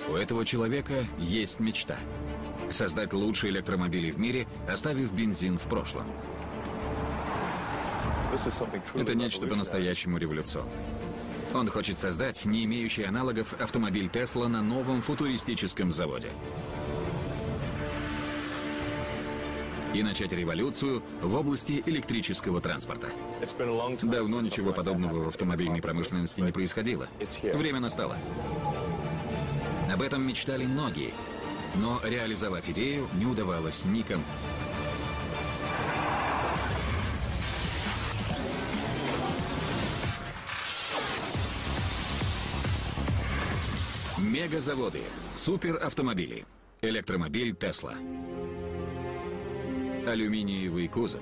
У этого человека есть мечта – создать лучшие электромобили в мире, оставив бензин в прошлом. Это нечто по-настоящему революционное. Он хочет создать не имеющий аналогов автомобиль Tesla на новом футуристическом заводе. И начать революцию в области электрического транспорта. Давно ничего подобного в автомобильной промышленности не происходило. Время настало. Об этом мечтали многие, но реализовать идею не удавалось никому. Мегазаводы, суперавтомобили, электромобиль Tesla, алюминиевый кузов,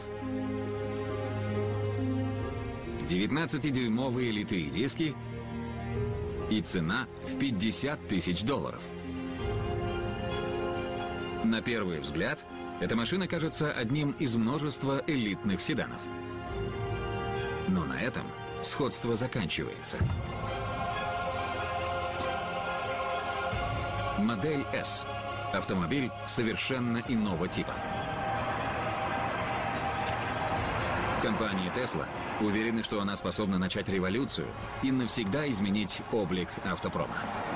19-дюймовые литые диски и цена в $50 тысяч. На первый взгляд, эта машина кажется одним из множества элитных седанов. Но на этом сходство заканчивается. Модель S. Автомобиль совершенно иного типа. В компании Tesla уверены, что она способна начать революцию и навсегда изменить облик автопрома.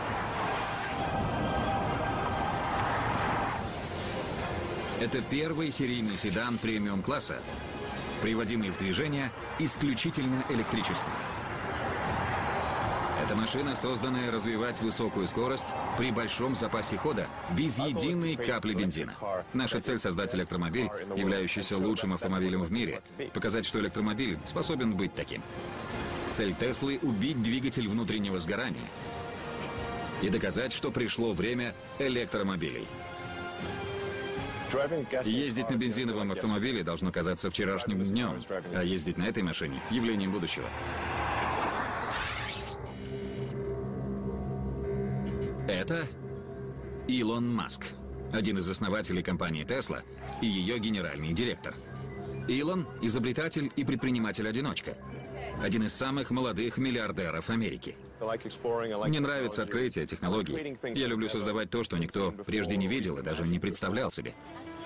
Это первый серийный седан премиум-класса, приводимый в движение исключительно электричеством. Эта машина, созданная развивать высокую скорость при большом запасе хода, без единой капли бензина. Наша цель — создать электромобиль, являющийся лучшим автомобилем в мире. Показать, что электромобиль способен быть таким. Цель Теслы — убить двигатель внутреннего сгорания. И доказать, что пришло время электромобилей. Ездить на бензиновом автомобиле должно казаться вчерашним днем, а ездить на этой машине — явлением будущего. Это Илон Маск, один из основателей компании Tesla и ее генеральный директор. Илон – изобретатель и предприниматель-одиночка. Один из самых молодых миллиардеров Америки. Мне нравится открытие технологий. Я люблю создавать то, что никто прежде не видел и даже не представлял себе.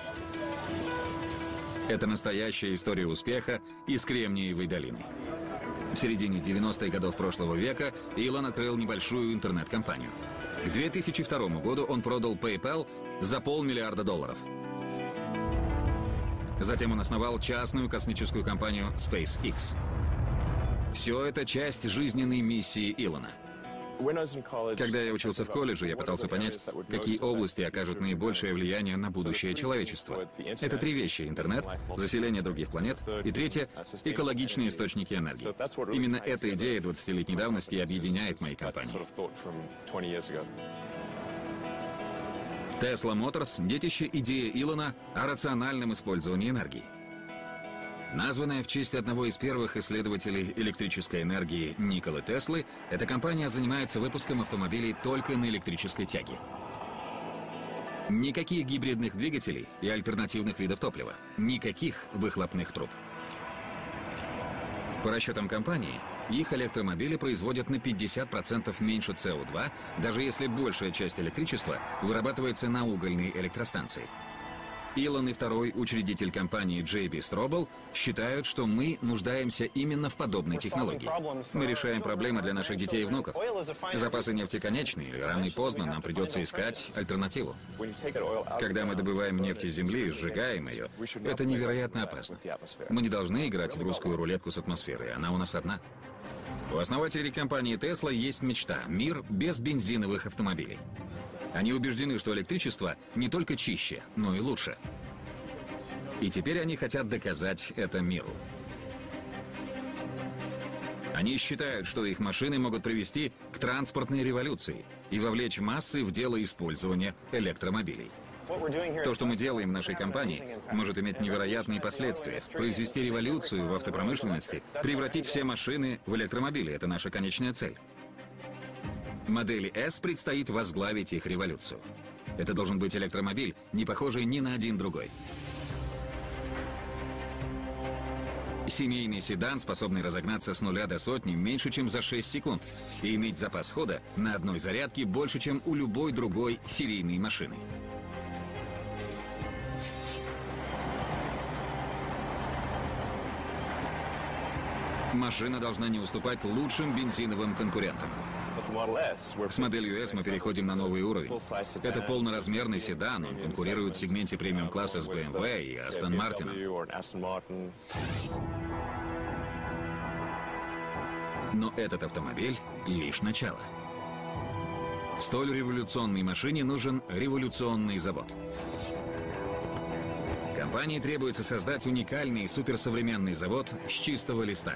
Это настоящая история успеха из Кремниевой долины. В середине 90-х годов прошлого века Илон открыл небольшую интернет-компанию. К 2002 году он продал PayPal за $500 миллиарда. Затем он основал частную космическую компанию SpaceX. Все это часть жизненной миссии Илона. Когда я учился в колледже, я пытался понять, какие области окажут наибольшее влияние на будущее человечества. Это три вещи: интернет, заселение других планет и третье — экологичные источники энергии. Именно эта идея 20-летней давности объединяет мои компании. Tesla Motors — детище идеи Илона о рациональном использовании энергии. Названная в честь одного из первых исследователей электрической энергии Николы Теслы, эта компания занимается выпуском автомобилей только на электрической тяге. Никаких гибридных двигателей и альтернативных видов топлива. Никаких выхлопных труб. По расчетам компании, их электромобили производят на 50% меньше СО2, даже если большая часть электричества вырабатывается на угольной электростанции. Илон и второй учредитель компании J.B. Straubel считают, что мы нуждаемся именно в подобной технологии. Мы решаем проблемы для наших детей и внуков. Запасы нефти конечны, и рано и поздно нам придется искать альтернативу. Когда мы добываем нефть из земли и сжигаем ее, это невероятно опасно. Мы не должны играть в русскую рулетку с атмосферой, она у нас одна. У основателей компании Tesla есть мечта — мир без бензиновых автомобилей. Они убеждены, что электричество не только чище, но и лучше. И теперь они хотят доказать это миру. Они считают, что их машины могут привести к транспортной революции и вовлечь массы в дело использования электромобилей. То, что мы делаем в нашей компании, может иметь невероятные последствия, произвести революцию в автопромышленности, превратить все машины в электромобили. Это наша конечная цель. Модели S предстоит возглавить их революцию. Это должен быть электромобиль, не похожий ни на один другой. Семейный седан, способный разогнаться с 0 до сотни меньше, чем за 6 секунд, и иметь запас хода на одной зарядке больше, чем у любой другой серийной машины. Машина должна не уступать лучшим бензиновым конкурентам. С моделью S мы переходим на новый уровень. Это полноразмерный седан, он конкурирует в сегменте премиум-класса с BMW и Aston Martin. Но этот автомобиль лишь начало. Столь революционной машине нужен революционный завод. Компании требуется создать уникальный суперсовременный завод с чистого листа.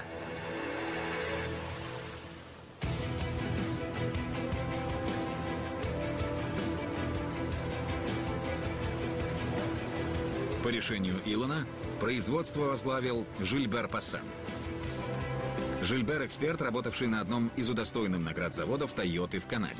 По решению Илона производство возглавил Жильбер Пассан. Жильбер – эксперт, работавший на одном из удостоенных наград заводов Toyota в Канаде.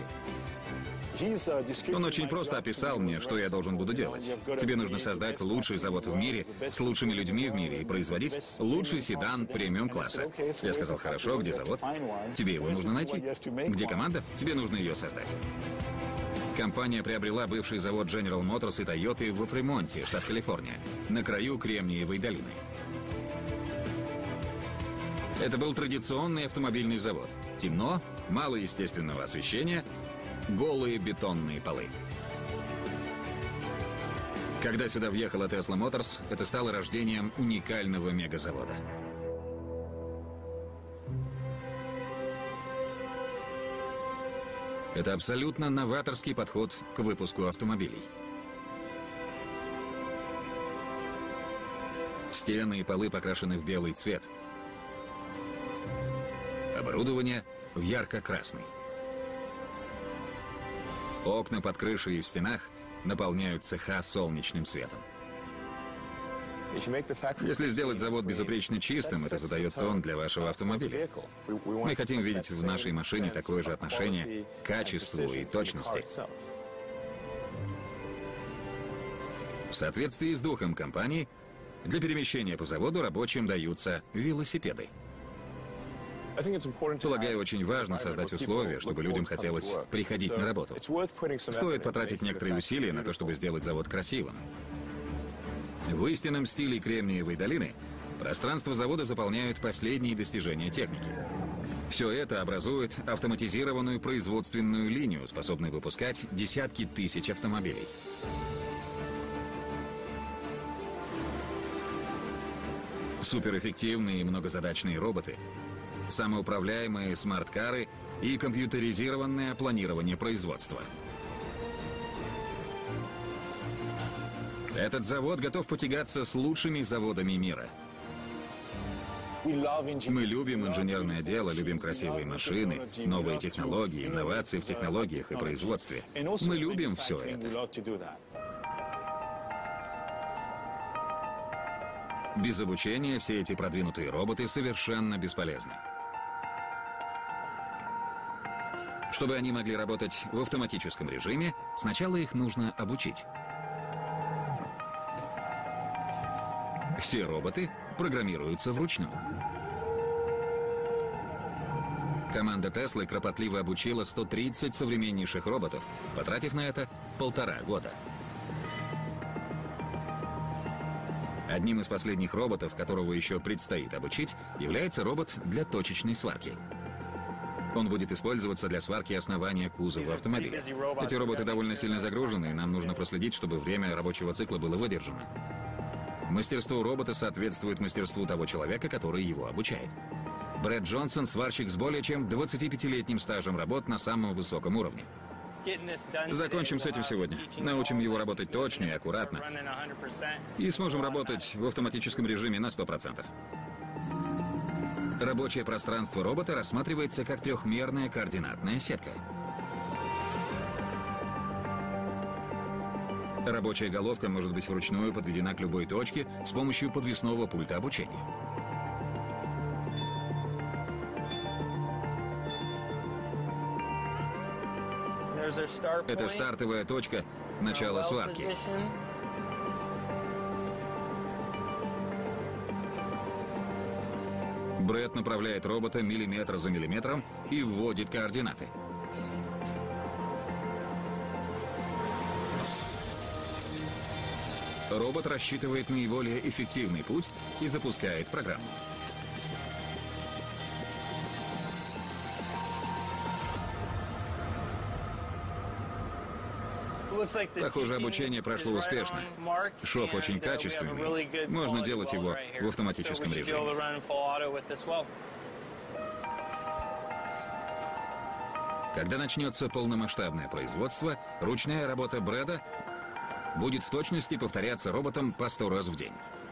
Он очень просто описал мне, что я должен буду делать. Тебе нужно создать лучший завод в мире, с лучшими людьми в мире и производить лучший седан премиум-класса. Я сказал, хорошо, где завод? Тебе его нужно найти. Где команда? Тебе нужно ее создать. Компания приобрела бывший завод General Motors и Toyota во Фремонте, штат Калифорния, на краю Кремниевой долины. Это был традиционный автомобильный завод. Темно, мало естественного освещения, голые бетонные полы. Когда сюда въехала Tesla Motors, это стало рождением уникального мегазавода. Это абсолютно новаторский подход к выпуску автомобилей. Стены и полы покрашены в белый цвет. Оборудование в ярко-красный. Окна под крышей и в стенах наполняют цеха солнечным светом. Если сделать завод безупречно чистым, это задает тон для вашего автомобиля. Мы хотим видеть в нашей машине такое же отношение к качеству и точности. В соответствии с духом компании, для перемещения по заводу рабочим даются велосипеды. Полагаю, очень важно создать условия, чтобы людям хотелось приходить на работу. Стоит потратить некоторые усилия на то, чтобы сделать завод красивым. В истинном стиле Кремниевой долины пространство завода заполняют последние достижения техники. Все это образует автоматизированную производственную линию, способную выпускать десятки тысяч автомобилей. Суперэффективные и многозадачные роботы, самоуправляемые смарт-кары и компьютеризированное планирование производства. Этот завод готов потягаться с лучшими заводами мира. Мы любим инженерное дело, любим красивые машины, новые технологии, инновации в технологиях и производстве. Мы любим все это. Без обучения все эти продвинутые роботы совершенно бесполезны. Чтобы они могли работать в автоматическом режиме, сначала их нужно обучить. Все роботы программируются вручную. Команда Теслы кропотливо обучила 130 современнейших роботов, потратив на это 1,5 года. Одним из последних роботов, которого еще предстоит обучить, является робот для точечной сварки. Он будет использоваться для сварки основания кузова автомобиля. Эти роботы довольно сильно загружены, и нам нужно проследить, чтобы время рабочего цикла было выдержано. Мастерство робота соответствует мастерству того человека, который его обучает. Брэд Джонсон – сварщик с более чем 25-летним стажем работ на самом высоком уровне. Закончим с этим сегодня. Научим его работать точно и аккуратно. И сможем работать в автоматическом режиме на 100%. Рабочее пространство робота рассматривается как трехмерная координатная сетка. Рабочая головка может быть вручную подведена к любой точке с помощью подвесного пульта обучения. Это стартовая точка начала сварки. Брэд направляет робота миллиметр за миллиметром и вводит координаты. Робот рассчитывает наиболее эффективный путь и запускает программу. Похоже, обучение прошло успешно. Шов очень качественный. Можно делать его в автоматическом режиме. Когда начнется полномасштабное производство, ручная работа Брэда будет в точности повторяться роботом по 100 раз в день.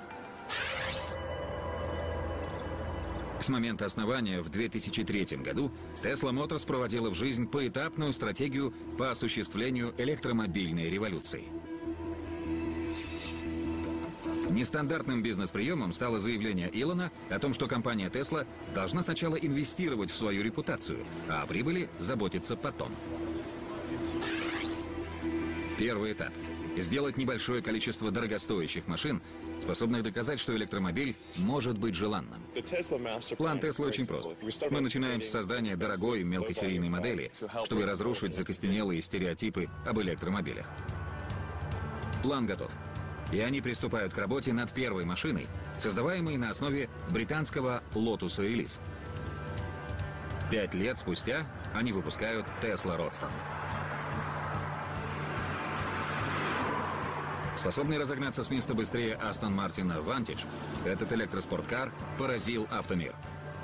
С момента основания в 2003 году Tesla Motors проводила в жизнь поэтапную стратегию по осуществлению электромобильной революции. Нестандартным бизнес-приемом стало заявление Илона о том, что компания Tesla должна сначала инвестировать в свою репутацию, а о прибыли заботиться потом. Первый этап – сделать небольшое количество дорогостоящих машин, способных доказать, что электромобиль может быть желанным. План Tesla очень прост. Мы начинаем с создания дорогой мелкосерийной модели, чтобы разрушить закостенелые стереотипы об электромобилях. План готов. И они приступают к работе над первой машиной, создаваемой на основе британского Lotus Elise. 5 лет спустя они выпускают Tesla Roadster. Способный разогнаться с места быстрее Aston Martin Vantage, этот электроспорткар поразил автомир.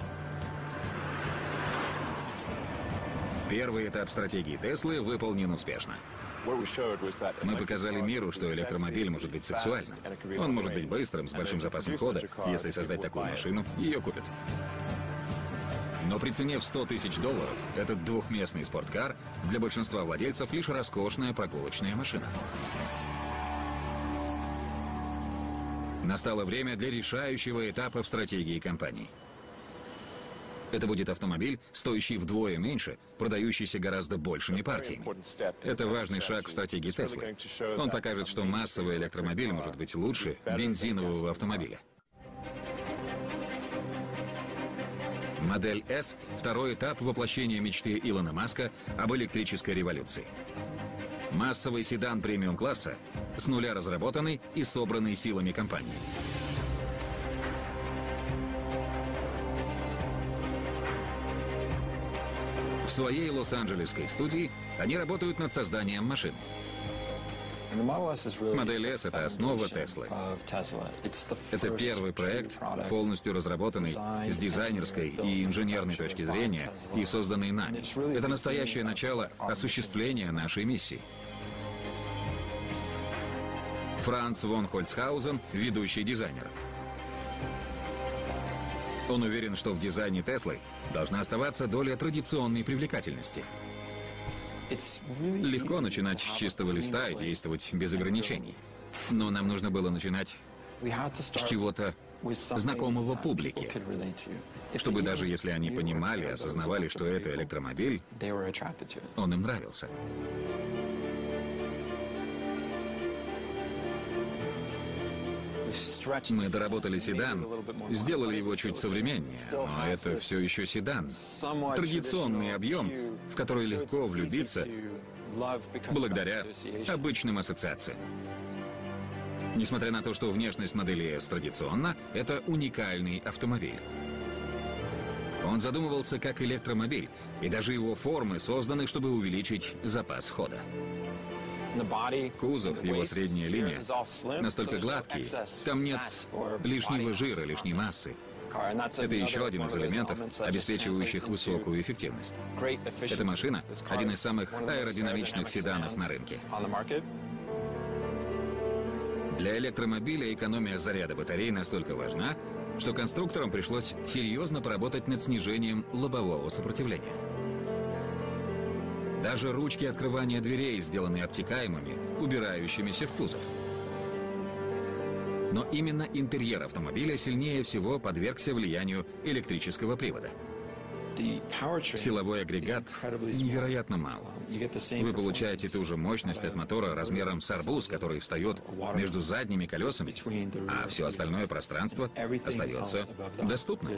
Первый этап стратегии Теслы выполнен успешно. Мы показали миру, что электромобиль может быть сексуальным. Он может быть быстрым, с большим запасом хода. Если создать такую машину, ее купят. Но при цене в $100 000 этот двухместный спорткар для большинства владельцев лишь роскошная прогулочная машина. Настало время для решающего этапа в стратегии компании. Это будет автомобиль, стоящий вдвое меньше, продающийся гораздо большими партиями. Это важный шаг в стратегии Теслы. Он покажет, что массовый электромобиль может быть лучше бензинового автомобиля. Модель S – второй этап воплощения мечты Илона Маска об электрической революции. Массовый седан премиум-класса, с нуля разработанный и собранный силами компании. В своей лос-анджелесской студии они работают над созданием машины. Модель S – это основа Теслы. Это первый проект, полностью разработанный с дизайнерской и инженерной точки зрения и созданный нами. Это настоящее начало осуществления нашей миссии. Франц фон Хольцхаузен – ведущий дизайнер. Он уверен, что в дизайне Теслы должна оставаться доля традиционной привлекательности. Легко начинать с чистого листа и действовать без ограничений. Но нам нужно было начинать с чего-то знакомого публике, чтобы даже если они понимали, осознавали, что это электромобиль, он им нравился. Мы доработали седан, сделали его чуть современнее, но это все еще седан. Традиционный объем, в который легко влюбиться благодаря обычным ассоциациям. Несмотря на то, что внешность модели S традиционна, это уникальный автомобиль. Он задумывался как электромобиль, и даже его формы созданы, чтобы увеличить запас хода. Кузов, его средняя линия, настолько гладкий, там нет лишнего жира, лишней массы. Это еще один из элементов, обеспечивающих высокую эффективность. Эта машина – один из самых аэродинамичных седанов на рынке. Для электромобиля экономия заряда батарей настолько важна, что конструкторам пришлось серьезно поработать над снижением лобового сопротивления. Даже ручки открывания дверей сделаны обтекаемыми, убирающимися в кузов. Но именно интерьер автомобиля сильнее всего подвергся влиянию электрического привода. Силовой агрегат невероятно мал. Вы получаете ту же мощность от мотора размером с арбуз, который встает между задними колесами, а все остальное пространство остается доступным.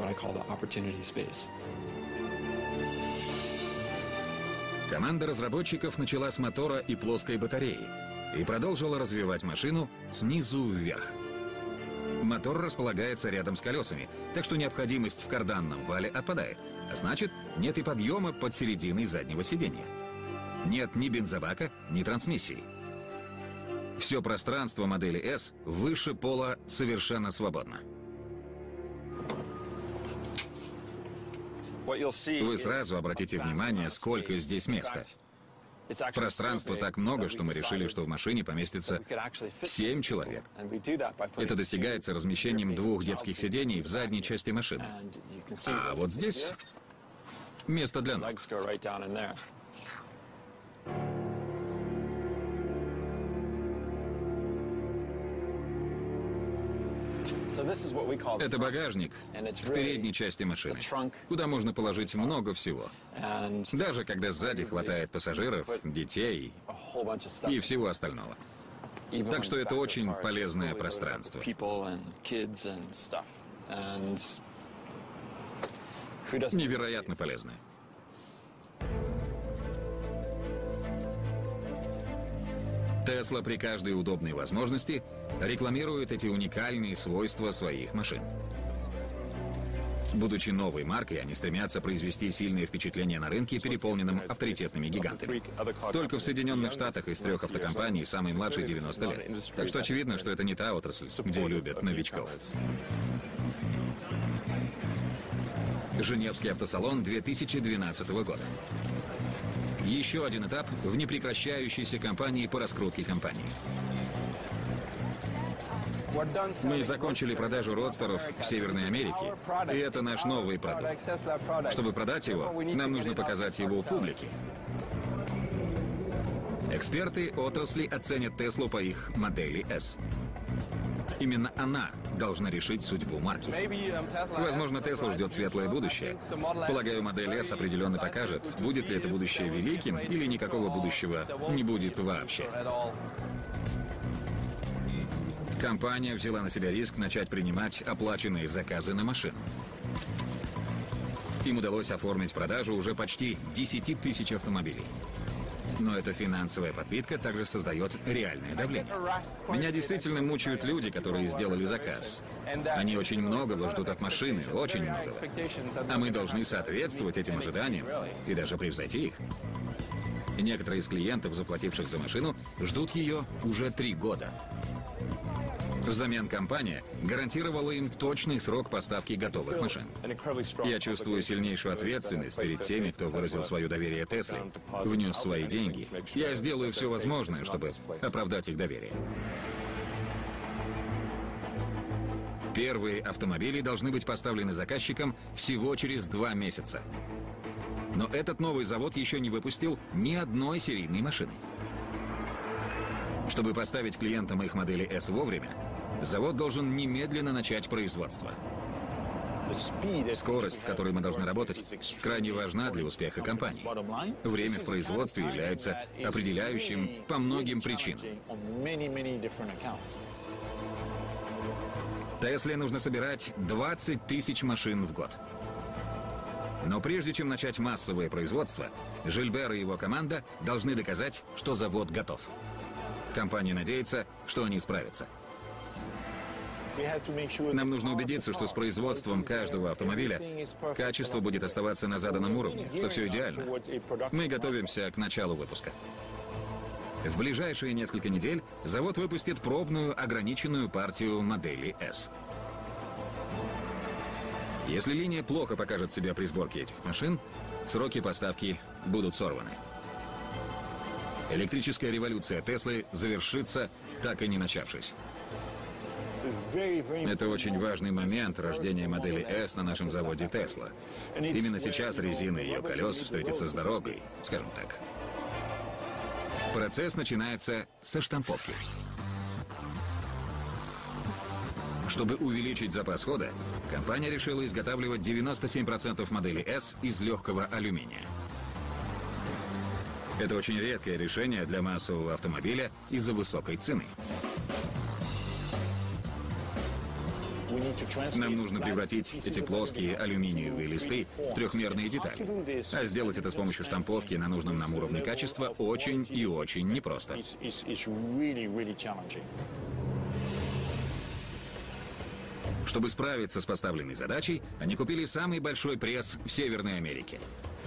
Команда разработчиков начала с мотора и плоской батареи и продолжила развивать машину снизу вверх. Мотор располагается рядом с колесами, так что необходимость в карданном вале отпадает, а значит, нет и подъема под серединой заднего сиденья. Нет ни бензобака, ни трансмиссии. Все пространство модели S выше пола совершенно свободно. Вы сразу обратите внимание, сколько здесь места. Пространства так много, что мы решили, что в машине поместится 7 человек. Это достигается размещением 2 детских сидений в задней части машины. А вот здесь место для ног. Это багажник в передней части машины, куда можно положить много всего. Даже когда сзади хватает пассажиров, детей и всего остального. Так что это очень полезное пространство. Невероятно полезное. Tesla при каждой удобной возможности рекламирует эти уникальные свойства своих машин. Будучи новой маркой, они стремятся произвести сильное впечатление на рынке, переполненном авторитетными гигантами. Только в Соединенных Штатах из 3 автокомпаний самый младший 90 лет. Так что очевидно, что это не та отрасль, где любят новичков. Женевский автосалон 2012 года. Еще один этап в непрекращающейся кампании по раскрутке компании. Мы закончили продажу родстеров в Северной Америке, и это наш новый продукт. Чтобы продать его, нам нужно показать его публике. Эксперты отрасли оценят Теслу по их модели S. Именно она должна решить судьбу марки. Возможно, Теслу ждет светлое будущее. Полагаю, модель S определенно покажет, будет ли это будущее великим, или никакого будущего не будет вообще. Компания взяла на себя риск начать принимать оплаченные заказы на машину. Им удалось оформить продажу уже почти 10 тысяч автомобилей. Но эта финансовая подпитка также создает реальное давление. Меня действительно мучают люди, которые сделали заказ. Они очень многого ждут от машины, очень многого. А мы должны соответствовать этим ожиданиям и даже превзойти их. Некоторые из клиентов, заплативших за машину, ждут ее уже 3 года. Взамен компания гарантировала им точный срок поставки готовых машин. Я чувствую сильнейшую ответственность перед теми, кто выразил свое доверие Тесле, внес свои деньги. Я сделаю все возможное, чтобы оправдать их доверие. Первые автомобили должны быть поставлены заказчикам всего через 2 месяца. Но этот новый завод еще не выпустил ни одной серийной машины. Чтобы поставить клиентам их модели S вовремя, завод должен немедленно начать производство. Скорость, с которой мы должны работать, крайне важна для успеха компании. Время в производстве является определяющим по многим причинам. Тесле нужно собирать 20 тысяч машин в год. Но прежде чем начать массовое производство, Жильбер и его команда должны доказать, что завод готов. Компания надеется, что они справятся. Нам нужно убедиться, что с производством каждого автомобиля качество будет оставаться на заданном уровне, что все идеально. Мы готовимся к началу выпуска. В ближайшие несколько недель завод выпустит пробную ограниченную партию модели S. Если линия плохо покажет себя при сборке этих машин, сроки поставки будут сорваны. Электрическая революция Теслы завершится, так и не начавшись. Это очень важный момент рождения модели S на нашем заводе Tesla. Именно сейчас резина ее колес встретится с дорогой, скажем так. Процесс начинается со штамповки. Чтобы увеличить запас хода, компания решила изготавливать 97% модели S из легкого алюминия. Это очень редкое решение для массового автомобиля из-за высокой цены. Нам нужно превратить эти плоские алюминиевые листы в трехмерные детали. А сделать это с помощью штамповки на нужном нам уровне качества очень и очень непросто. Чтобы справиться с поставленной задачей, они купили самый большой пресс в Северной Америке.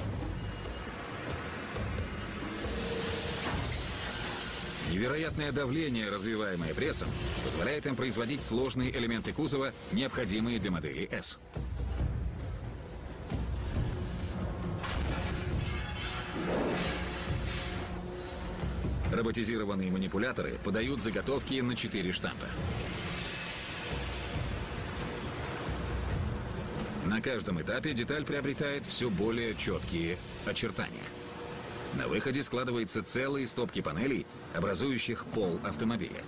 Невероятное давление, развиваемое прессом, позволяет им производить сложные элементы кузова, необходимые для модели S. Роботизированные манипуляторы подают заготовки на 4 штампа. На каждом этапе деталь приобретает все более четкие очертания. На выходе складываются целые стопки панелей, образующих пол автомобиля.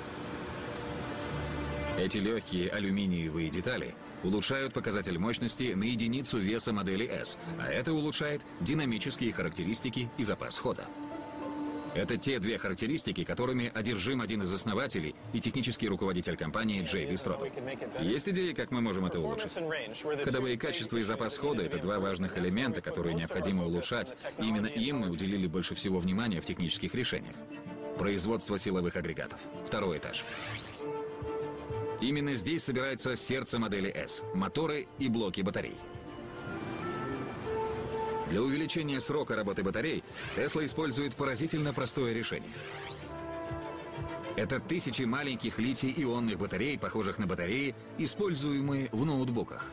Эти легкие алюминиевые детали улучшают показатель мощности на единицу веса модели S, а это улучшает динамические характеристики и запас хода. Это те две характеристики, которыми одержим один из основателей и технический руководитель компании Джей Бистроу. Есть идеи, как мы можем это улучшить? Ходовые качества и запас хода — это два важных элемента, которые необходимо улучшать, и именно им мы уделили больше всего внимания в технических решениях. Производство силовых агрегатов. Второй этаж. Именно здесь собирается сердце модели S — моторы и блоки батарей. Для увеличения срока работы батарей Tesla использует поразительно простое решение. Это тысячи маленьких литий-ионных батарей, похожих на батареи, используемые в ноутбуках.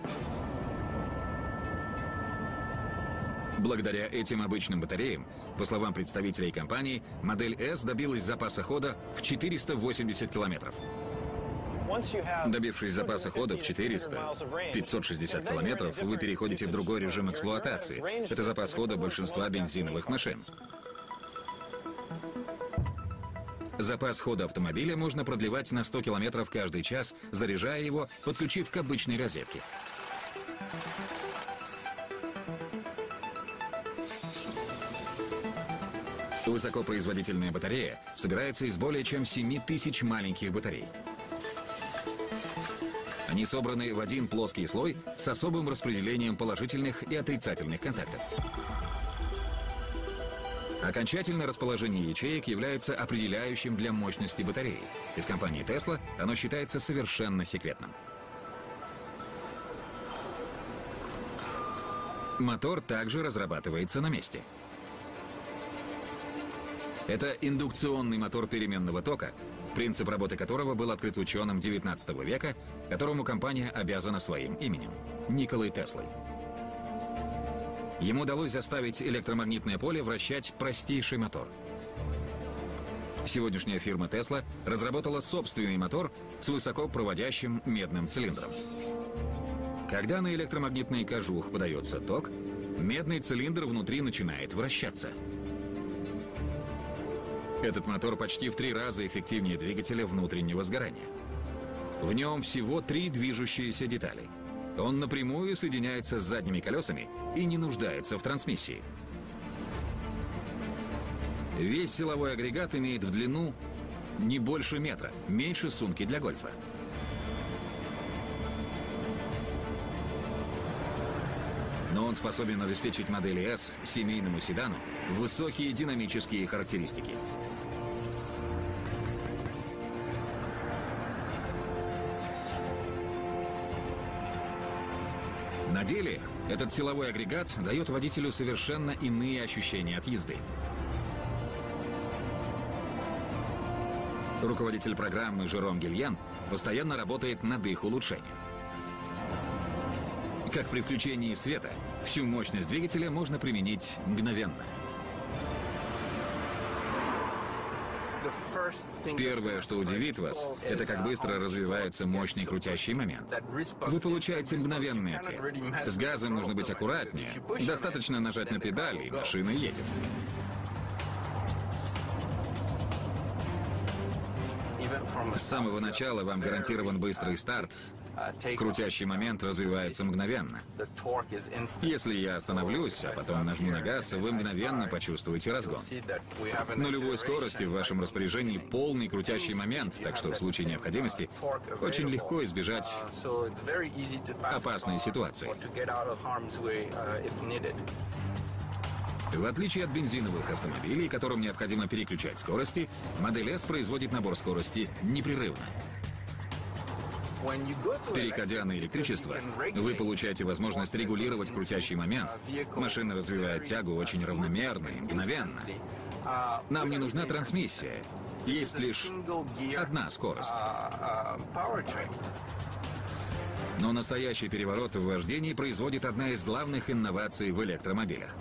Благодаря этим обычным батареям, по словам представителей компании, модель S добилась запаса хода в 480 километров. Добившись запаса хода в 400-560 километров, вы переходите в другой режим эксплуатации. Это запас хода большинства бензиновых машин. Запас хода автомобиля можно продлевать на 100 километров каждый час, заряжая его, подключив к обычной розетке. Высокопроизводительная батарея собирается из более чем 7000 маленьких батарей. Они собраны в один плоский слой с особым распределением положительных и отрицательных контактов. Окончательное расположение ячеек является определяющим для мощности батареи, и в компании Tesla оно считается совершенно секретным. Мотор также разрабатывается на месте. Это индукционный мотор переменного тока, принцип работы которого был открыт ученым XIX века, которому компания обязана своим именем – Николой Теслой. Ему удалось заставить электромагнитное поле вращать простейший мотор. Сегодняшняя фирма Tesla разработала собственный мотор с высокопроводящим медным цилиндром. Когда на электромагнитный кожух подается ток, медный цилиндр внутри начинает вращаться. Этот мотор почти в 3 раза эффективнее двигателя внутреннего сгорания. В нем всего 3 движущиеся детали. Он напрямую соединяется с задними колесами и не нуждается в трансмиссии. Весь силовой агрегат имеет в длину не больше метра, меньше сумки для гольфа. Но он способен обеспечить модели S, семейному седану, высокие динамические характеристики. На деле этот силовой агрегат дает водителю совершенно иные ощущения от езды. Руководитель программы Жером Гильян постоянно работает над их улучшением. Как при включении света, всю мощность двигателя можно применить мгновенно. Первое, что удивит вас, это как быстро развивается мощный крутящий момент. Вы получаете мгновенный ответ. С газом нужно быть аккуратнее. Достаточно нажать на педаль, и машина едет. С самого начала вам гарантирован быстрый старт Крутящий момент развивается мгновенно. Если я остановлюсь, а потом нажму на газ, вы мгновенно почувствуете разгон. На любой скорости в вашем распоряжении полный крутящий момент, так что в случае необходимости очень легко избежать опасной ситуации. В отличие от бензиновых автомобилей, которым необходимо переключать скорости, модель S производит набор скорости непрерывно. Переходя на электричество, вы получаете возможность регулировать крутящий момент. Машина развивает тягу очень равномерно и мгновенно. Нам не нужна трансмиссия. Есть лишь одна скорость. Но настоящий переворот в вождении производит одна из главных инноваций в электромобилях.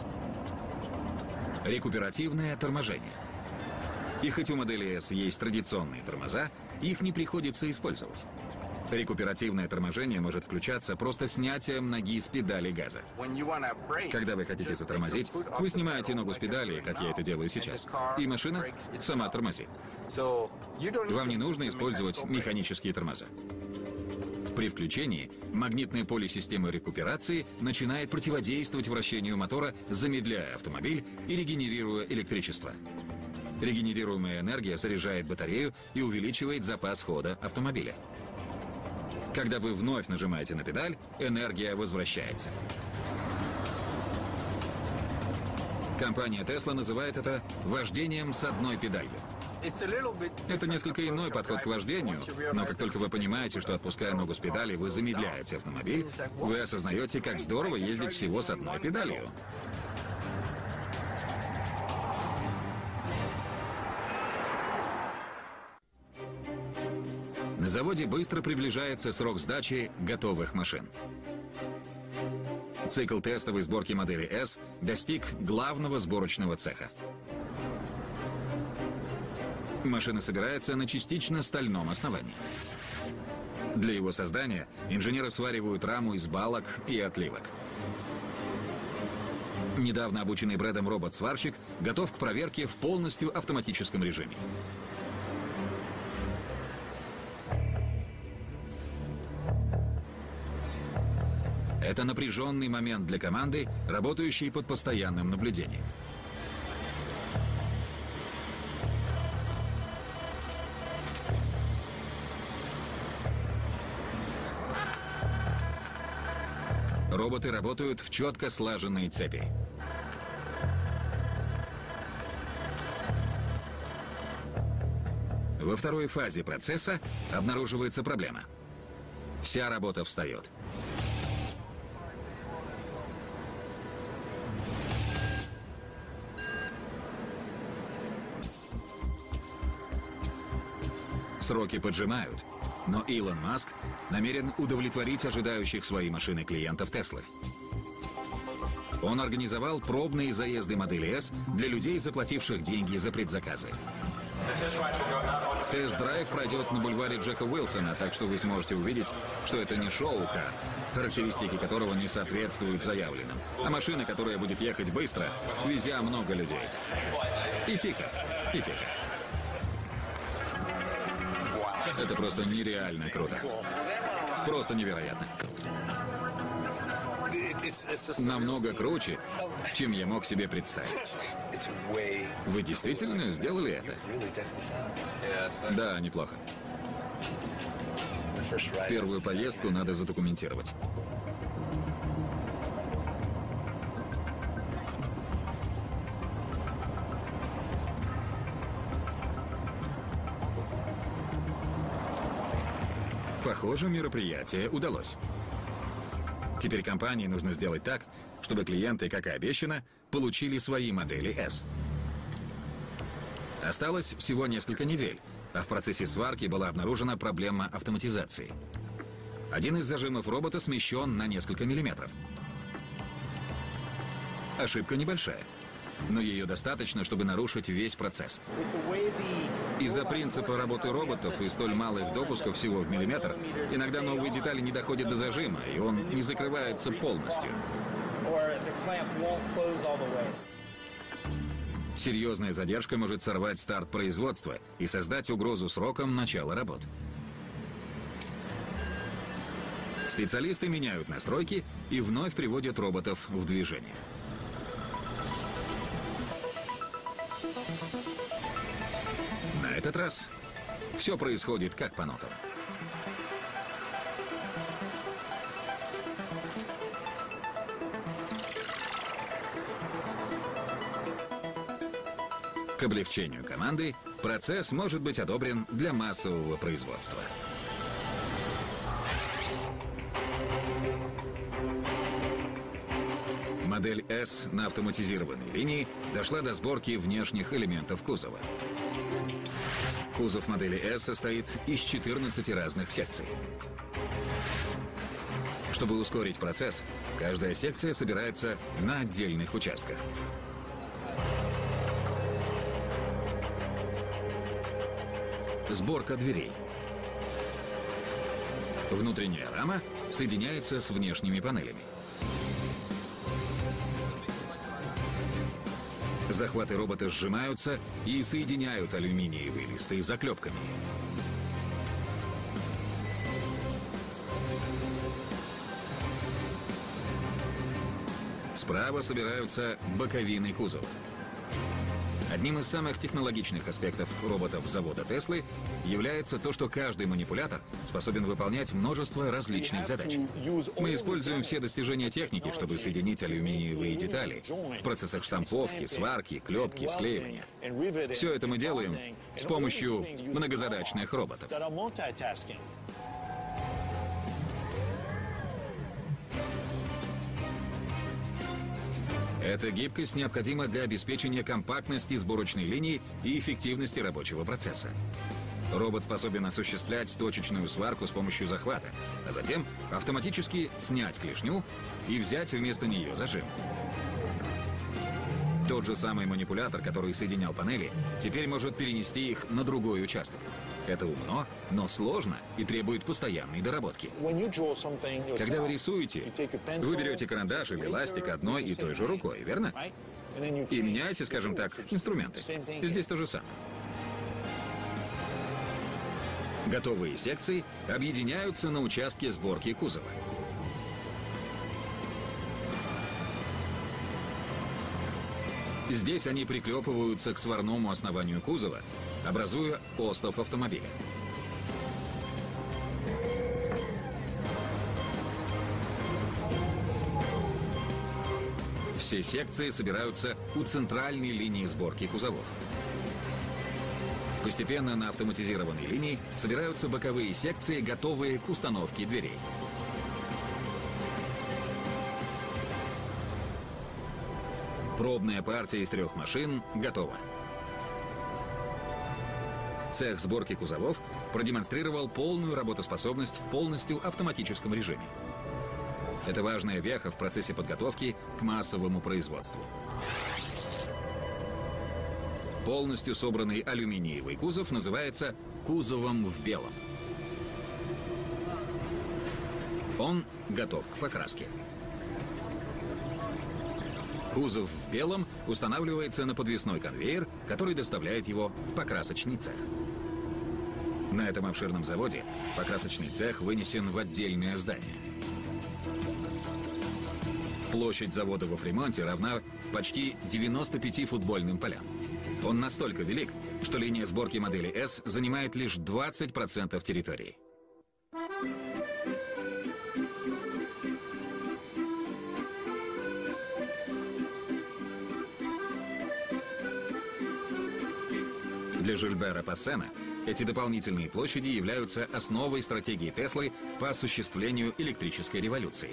Рекуперативное торможение. И хоть у модели S есть традиционные тормоза, их не приходится использовать. Рекуперативное торможение может включаться просто снятием ноги с педали газа. Когда вы хотите затормозить, вы снимаете ногу с педали, как я это делаю сейчас, и машина сама тормозит. Вам не нужно использовать механические тормоза. При включении магнитное поле системы рекуперации начинает противодействовать вращению мотора, замедляя автомобиль и регенерируя электричество. Регенерируемая энергия заряжает батарею и увеличивает запас хода автомобиля. Когда вы вновь нажимаете на педаль, энергия возвращается. Компания Tesla называет это вождением с одной педалью. Это несколько иной подход к вождению, но как только вы понимаете, что отпуская ногу с педали, вы замедляете автомобиль, вы осознаете, как здорово ездить всего с одной педалью. На заводе быстро приближается срок сдачи готовых машин. Цикл тестовой сборки модели S достиг главного сборочного цеха. Машина собирается на частично стальном основании. Для его создания инженеры сваривают раму из балок и отливок. Недавно обученный Брэдом робот-сварщик готов к проверке в полностью автоматическом режиме. Это напряженный момент для команды, работающей под постоянным наблюдением. Роботы работают в четко слаженной цепи. Во второй фазе процесса обнаруживается проблема. Вся работа встает. Сроки поджимают, но Илон Маск намерен удовлетворить ожидающих свои машины клиентов Теслы. Он организовал пробные заезды модели S для людей, заплативших деньги за предзаказы. Тест-драйв пройдет на бульваре Джека Уилсона, так что вы сможете увидеть, что это не шоу-кар, характеристики которого не соответствуют заявленным, а машина, которая будет ехать быстро, везя много людей. И тихо, и тихо. Это просто нереально круто. Просто невероятно. Намного круче, чем я мог себе представить. Вы действительно сделали это? Да, неплохо. Первую поездку надо задокументировать. Похоже, мероприятие удалось. Теперь компании нужно сделать так, чтобы клиенты, как и обещано, получили свои модели S. Осталось всего несколько недель, а в процессе сварки была обнаружена проблема автоматизации. Один из зажимов робота смещен на несколько миллиметров. Ошибка небольшая, но ее достаточно, чтобы нарушить весь процесс. Из-за принципа работы роботов и столь малых допусков всего в миллиметр, иногда новые детали не доходят до зажима, и он не закрывается полностью. Серьезная задержка может сорвать старт производства и создать угрозу срокам начала работ. Специалисты меняют настройки и вновь приводят роботов в движение. На этот раз все происходит как по нотам. К облегчению команды процесс может быть одобрен для массового производства. Модель S на автоматизированной линии дошла до сборки внешних элементов кузова. Кузов модели S состоит из 14 разных секций. Чтобы ускорить процесс, каждая секция собирается на отдельных участках. Сборка дверей. Внутренняя рама соединяется с внешними панелями. Захваты робота сжимаются и соединяют алюминиевые листы заклепками. Справа собираются боковины кузова. Одним из самых технологичных аспектов роботов завода Теслы является то, что каждый манипулятор способен выполнять множество различных задач. Мы используем все достижения техники, чтобы соединить алюминиевые детали в процессах штамповки, сварки, клепки, склеивания. Все это мы делаем с помощью многозадачных роботов. Эта гибкость необходима для обеспечения компактности сборочной линии и эффективности рабочего процесса. Робот способен осуществлять точечную сварку с помощью захвата, а затем автоматически снять клешню и взять вместо нее зажим. Тот же самый манипулятор, который соединял панели, теперь может перенести их на другой участок. Это умно, но сложно и требует постоянной доработки. Когда вы рисуете, вы берете карандаш или ластик одной и той же рукой, верно? И меняете, скажем так, инструменты. Здесь то же самое. Готовые секции объединяются на участке сборки кузова. Здесь они приклепываются к сварному основанию кузова, образуя остов автомобиля. Все секции собираются у центральной линии сборки кузовов. Постепенно на автоматизированной линии собираются боковые секции, готовые к установке дверей. Пробная партия из 3 машин готова. Цех сборки кузовов продемонстрировал полную работоспособность в полностью автоматическом режиме. Это важная веха в процессе подготовки к массовому производству. Полностью собранный алюминиевый кузов называется кузовом в белом. Он готов к покраске. Кузов в белом устанавливается на подвесной конвейер, который доставляет его в покрасочный цех. На этом обширном заводе покрасочный цех вынесен в отдельное здание. Площадь завода во Фремонте равна почти 95 футбольным полям. Он настолько велик, что линия сборки модели S занимает лишь 20% территории. Для Жильбера Пассена эти дополнительные площади являются основой стратегии Теслы по осуществлению электрической революции.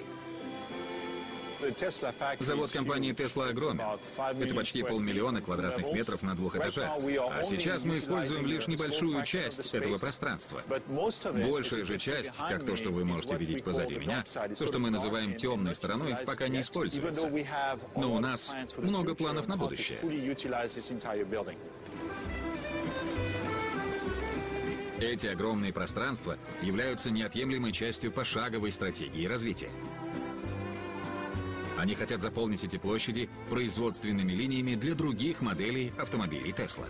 Завод компании Tesla огромен. Это почти 500 000 квадратных метров на 2 этажах. А сейчас мы используем лишь небольшую часть этого пространства. Большая же часть, как то, что вы можете видеть позади меня, то, что мы называем темной стороной, пока не используется. Но у нас много планов на будущее. Эти огромные пространства являются неотъемлемой частью пошаговой стратегии развития. Они хотят заполнить эти площади производственными линиями для других моделей автомобилей Tesla.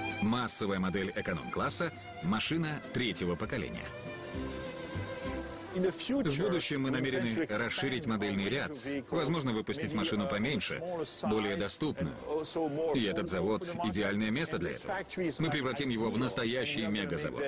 Массовая модель эконом-класса – машина 3-го поколения. В будущем мы намерены расширить модельный ряд, возможно, выпустить машину поменьше, более доступную. И этот завод — идеальное место для этого. Мы превратим его в настоящий мегазавод.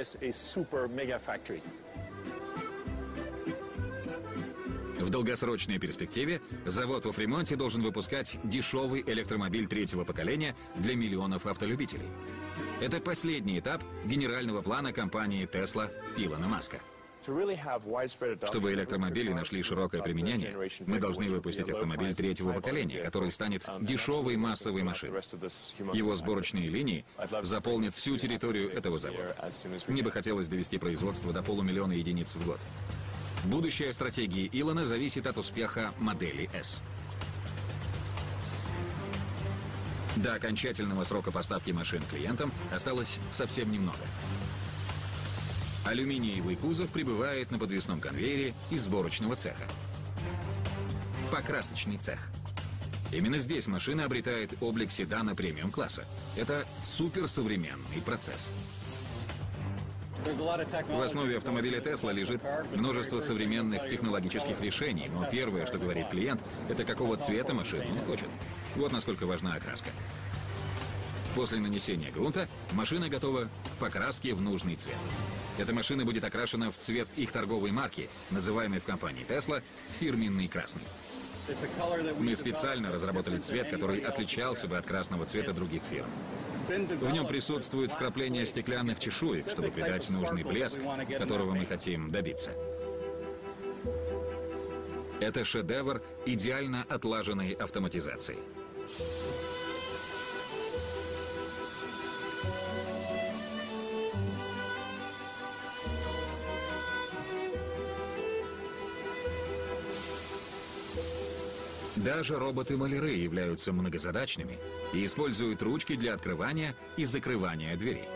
В долгосрочной перспективе завод во Фримонте должен выпускать дешевый электромобиль третьего поколения для миллионов автолюбителей. Это последний этап генерального плана компании Tesla Илона Маска. Чтобы электромобили нашли широкое применение, мы должны выпустить автомобиль третьего поколения, который станет дешевой массовой машиной. Его сборочные линии заполнят всю территорию этого завода. Мне бы хотелось довести производство до 500 000 единиц в год. Будущее стратегии Илона зависит от успеха модели S. До окончательного срока поставки машин клиентам осталось совсем немного. Алюминиевый кузов прибывает на подвесном конвейере из сборочного цеха. Покрасочный цех. Именно здесь машина обретает облик седана премиум-класса. Это суперсовременный процесс. В основе автомобиля Tesla лежит множество современных технологических решений, но первое, что говорит клиент, это какого цвета машину он хочет. Вот насколько важна окраска. После нанесения грунта машина готова к покраске в нужный цвет. Эта машина будет окрашена в цвет их торговой марки, называемой в компании Tesla фирменный красный. Мы специально разработали цвет, который отличался бы от красного цвета других фирм. В нем присутствует вкрапление стеклянных чешуек, чтобы придать нужный блеск, которого мы хотим добиться. Это шедевр идеально отлаженной автоматизации. Даже роботы-маляры являются многозадачными и используют ручки для открывания и закрывания дверей.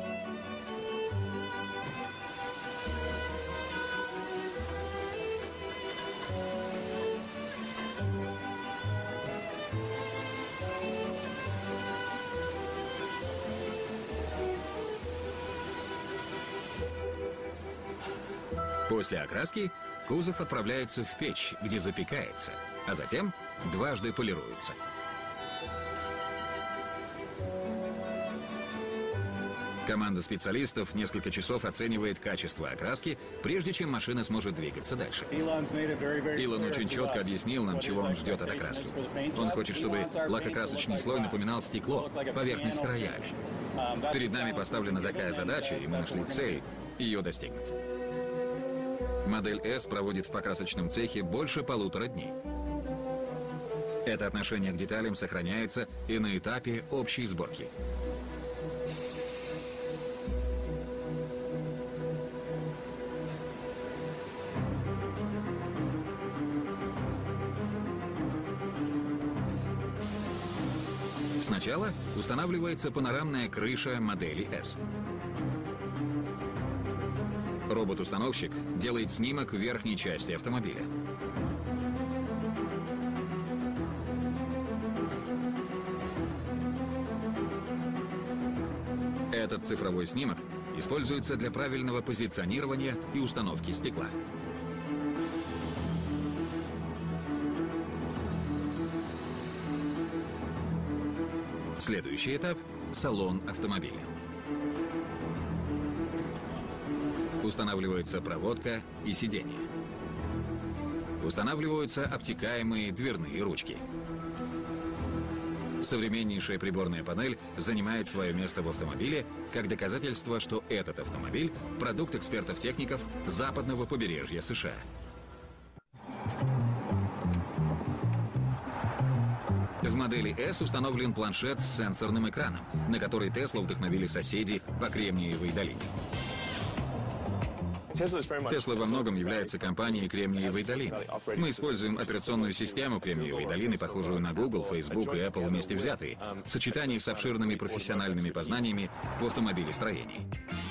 После окраски кузов отправляется в печь, где запекается, а затем дважды полируется. Команда специалистов несколько часов оценивает качество окраски, прежде чем машина сможет двигаться дальше. Илон очень четко объяснил нам, чего он ждет от окраски. Он хочет, чтобы лакокрасочный слой напоминал стекло, поверхность рояля. Перед нами поставлена такая задача, и мы нашли цель ее достигнуть. Модель S проводит в покрасочном цехе больше 1,5 дней. Это отношение к деталям сохраняется и на этапе общей сборки. Сначала устанавливается панорамная крыша модели S. Робот-установщик делает снимок верхней части автомобиля. Этот цифровой снимок используется для правильного позиционирования и установки стекла. Следующий этап – салон автомобиля. Устанавливается проводка и сиденье. Устанавливаются обтекаемые дверные ручки. Современнейшая приборная панель занимает свое место в автомобиле как доказательство, что этот автомобиль – продукт экспертов-техников западного побережья США. В модели S установлен планшет с сенсорным экраном, на который Tesla вдохновили соседи по Кремниевой долине. Tesla во многом является компанией Кремниевой долины. Мы используем операционную систему Кремниевой долины, похожую на Google, Facebook и Apple вместе взятые, в сочетании с обширными профессиональными познаниями в автомобилестроении.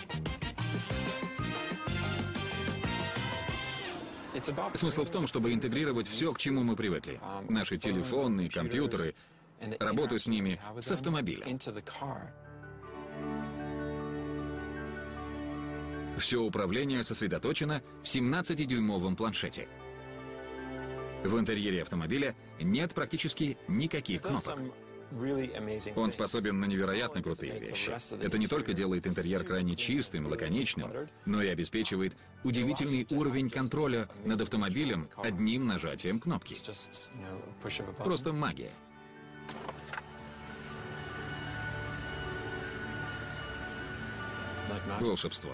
Смысл в том, чтобы интегрировать все, к чему мы привыкли. Наши телефоны, компьютеры, работу с ними, с автомобилем. Все управление сосредоточено в 17-дюймовом планшете. В интерьере автомобиля нет практически никаких кнопок. Он способен на невероятно крутые вещи. Это не только делает интерьер крайне чистым, лаконичным, но и обеспечивает удивительный уровень контроля над автомобилем одним нажатием кнопки. Просто магия. Волшебство.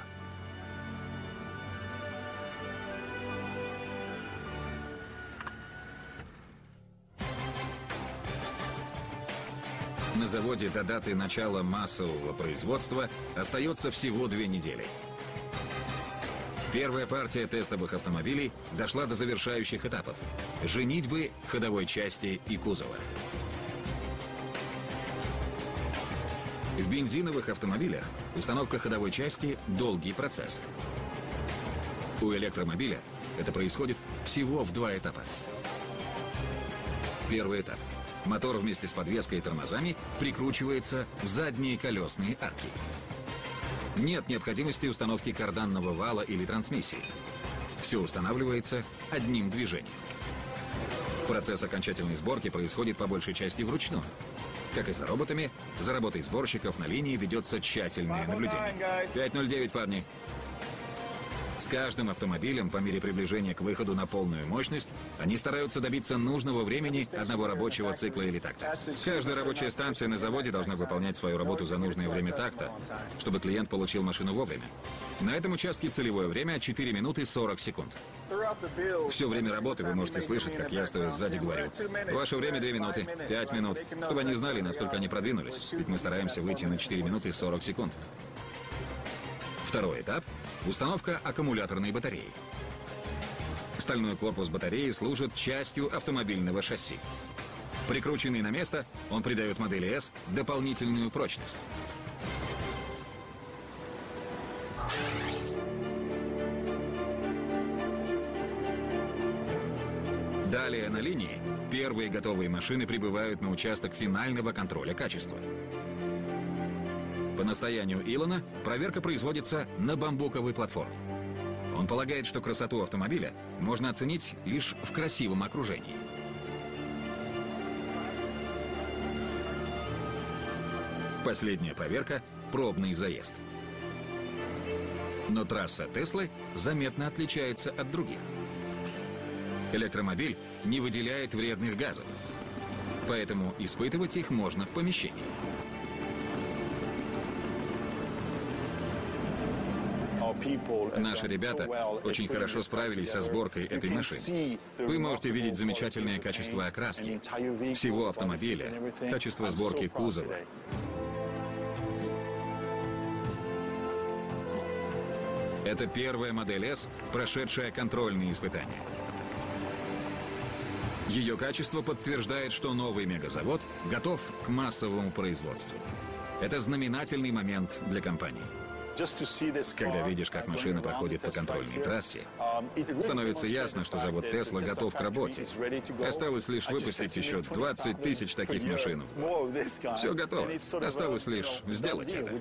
На заводе до даты начала массового производства остается всего 2 недели. Первая партия тестовых автомобилей дошла до завершающих этапов – женитьбы ходовой части и кузова. В бензиновых автомобилях установка ходовой части – долгий процесс. У электромобиля это происходит всего в 2 этапа. Первый этап. Мотор вместе с подвеской и тормозами прикручивается в задние колесные арки. Нет необходимости установки карданного вала или трансмиссии. Все устанавливается одним движением. Процесс окончательной сборки происходит по большей части вручную. Как и за роботами, за работой сборщиков на линии ведется тщательное наблюдение. 509, парни. С каждым автомобилем, по мере приближения к выходу на полную мощность, они стараются добиться нужного времени одного рабочего цикла или такта. Каждая рабочая станция на заводе должна выполнять свою работу за нужное время такта, чтобы клиент получил машину вовремя. На этом участке целевое время 4 минуты 40 секунд. Все время работы вы можете слышать, как я, стоя сзади, говорю: «Ваше время 2 минуты, 5 минут», чтобы они знали, насколько они продвинулись, ведь мы стараемся выйти на 4 минуты 40 секунд. Второй этап – установка аккумуляторной батареи. Стальной корпус батареи служит частью автомобильного шасси. Прикрученный на место, он придает модели S дополнительную прочность. Далее на линии первые готовые машины прибывают на участок финального контроля качества. По настоянию Илона проверка производится на бамбуковой платформе. Он полагает, что красоту автомобиля можно оценить лишь в красивом окружении. Последняя проверка – пробный заезд. Но трасса Теслы заметно отличается от других. Электромобиль не выделяет вредных газов, поэтому испытывать их можно в помещении. Наши ребята очень хорошо справились со сборкой этой машины. Вы можете видеть замечательное качество окраски всего автомобиля, качество сборки кузова. Это первая модель S, прошедшая контрольные испытания. Ее качество подтверждает, что новый мегазавод готов к массовому производству. Это знаменательный момент для компании. Когда видишь, как машина проходит по контрольной трассе, становится ясно, что завод Tesla готов к работе. Осталось лишь выпустить еще 20 тысяч таких машин в год. Все готово. Осталось лишь сделать это.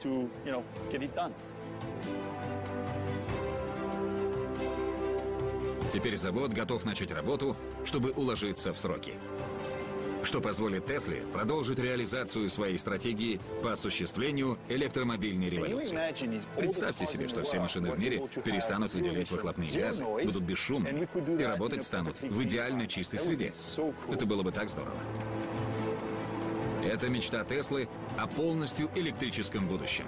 Теперь завод готов начать работу, чтобы уложиться в сроки, что позволит Тесле продолжить реализацию своей стратегии по осуществлению электромобильной революции. Представьте себе, что все машины в мире перестанут выделять выхлопные газы, будут бесшумными и работать станут в идеально чистой среде. Это было бы так здорово. Это мечта Теслы о полностью электрическом будущем.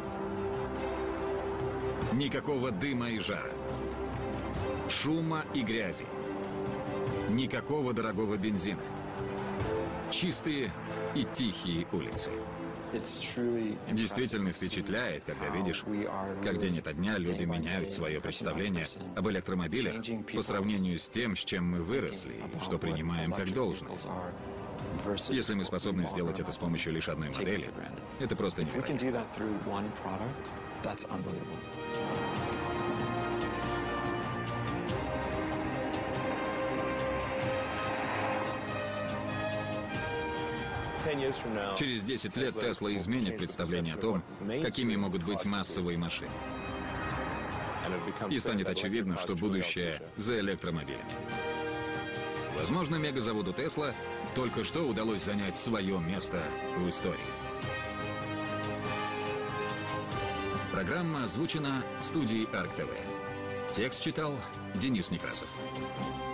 Никакого дыма и жара, шума и грязи, никакого дорогого бензина. Чистые и тихие улицы. Действительно впечатляет, когда видишь, как день ото дня люди меняют свое представление об электромобилях по сравнению с тем, с чем мы выросли и что принимаем как должное. Если мы способны сделать это с помощью лишь одной модели, это просто невероятно. Через 10 лет Тесла изменит представление о том, какими могут быть массовые машины. И станет очевидно, что будущее за электромобилями. Возможно, мегазаводу Tesla только что удалось занять свое место в истории. Программа озвучена студией Арк ТВ. Текст читал Денис Некрасов.